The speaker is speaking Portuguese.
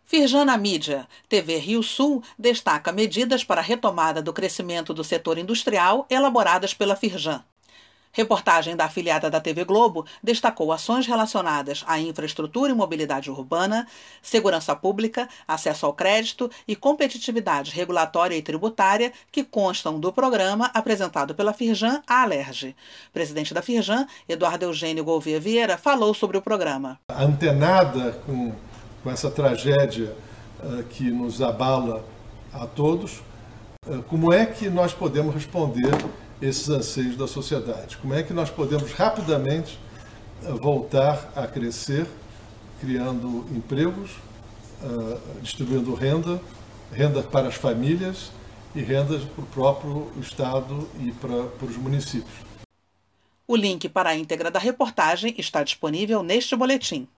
Firjan na mídia. TV Rio Sul destaca medidas para a retomada do crescimento do setor industrial elaboradas pela Firjan. Reportagem da afiliada da TV Globo destacou ações relacionadas à infraestrutura e mobilidade urbana, segurança pública, acesso ao crédito e competitividade regulatória e tributária que constam do programa apresentado pela Firjan à Alerj. Presidente da Firjan, Eduardo Eugênio Gouveia Vieira, falou sobre o programa. Antenada com essa tragédia que nos abala a todos, como é que nós podemos responder esses anseios da sociedade? Como é que nós podemos rapidamente voltar a crescer, criando empregos, distribuindo renda para as famílias e rendas para o próprio Estado e para os municípios? O link para a íntegra da reportagem está disponível neste boletim.